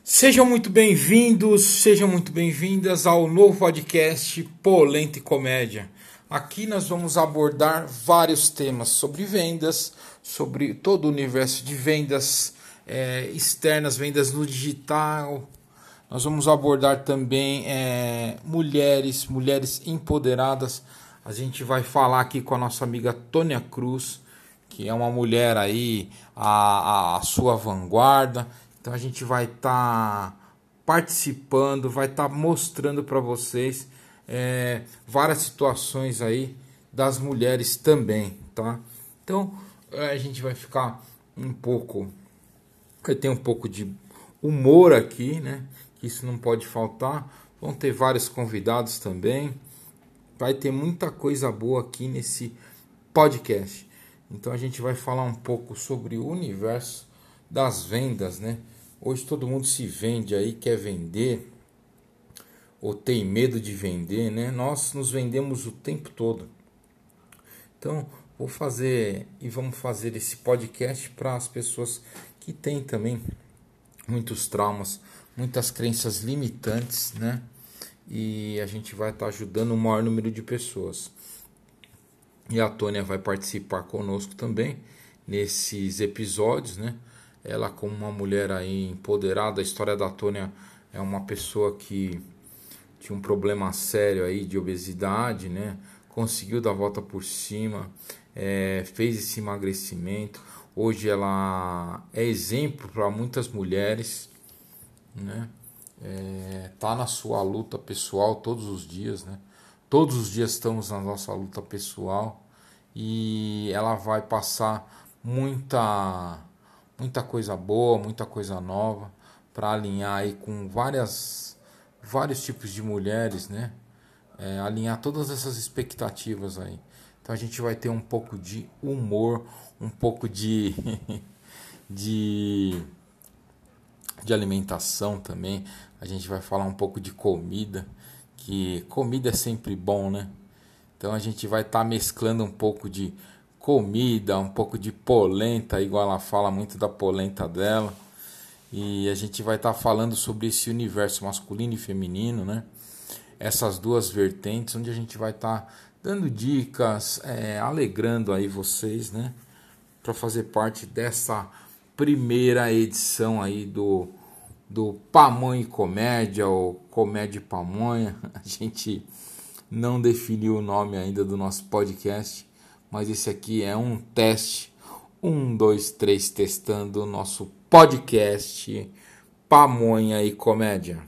Sejam muito bem-vindos, sejam muito bem-vindas ao novo podcast Polenta e Comédia. Aqui nós vamos abordar vários temas sobre vendas, sobre todo o universo de vendas externas, vendas no digital. Nós vamos abordar também mulheres empoderadas. A gente vai falar aqui com a nossa amiga Tônia Cruz, que é uma mulher aí, a sua vanguarda. Então a gente vai estar participando, vai estar mostrando para vocês várias situações aí das mulheres também, tá? Então a gente vai ficar vai ter um pouco de humor aqui, né? Que isso não pode faltar. Vão ter vários convidados também. Vai ter muita coisa boa aqui nesse podcast. Então a gente vai falar um pouco sobre o universo das vendas, né? Hoje todo mundo se vende aí, quer vender ou tem medo de vender, né? Nós nos vendemos o tempo todo. Então vamos fazer esse podcast para as pessoas que têm também muitos traumas, muitas crenças limitantes, né? E a gente vai estar ajudando o maior número de pessoas. E a Tônia vai participar conosco também nesses episódios, né? Ela, como uma mulher aí empoderada, a história da Tônia é uma pessoa que tinha um problema sério aí de obesidade, né? Conseguiu dar a volta por cima, fez esse emagrecimento. Hoje ela é exemplo para muitas mulheres, né? Tá na sua luta pessoal todos os dias, né? Todos os dias estamos na nossa luta pessoal e ela vai passar muita coisa boa, muita coisa nova para alinhar aí com vários tipos de mulheres, né? Alinhar todas essas expectativas aí. Então a gente vai ter um pouco de humor, um pouco de de alimentação também. A gente vai falar um pouco de comida, que comida é sempre bom, né? Então a gente vai estar mesclando um pouco de comida, um pouco de polenta, igual ela fala muito da polenta dela. E a gente vai estar falando sobre esse universo masculino e feminino, né? Essas duas vertentes, onde a gente vai estar dando dicas, alegrando aí vocês, né? Para fazer parte dessa primeira edição aí do Pamonha e Comédia, ou Comédia e Pamonha. A gente não definiu o nome ainda do nosso podcast, mas esse aqui é um teste. 1, 2, 3, testando o nosso podcast Pamonha e Comédia.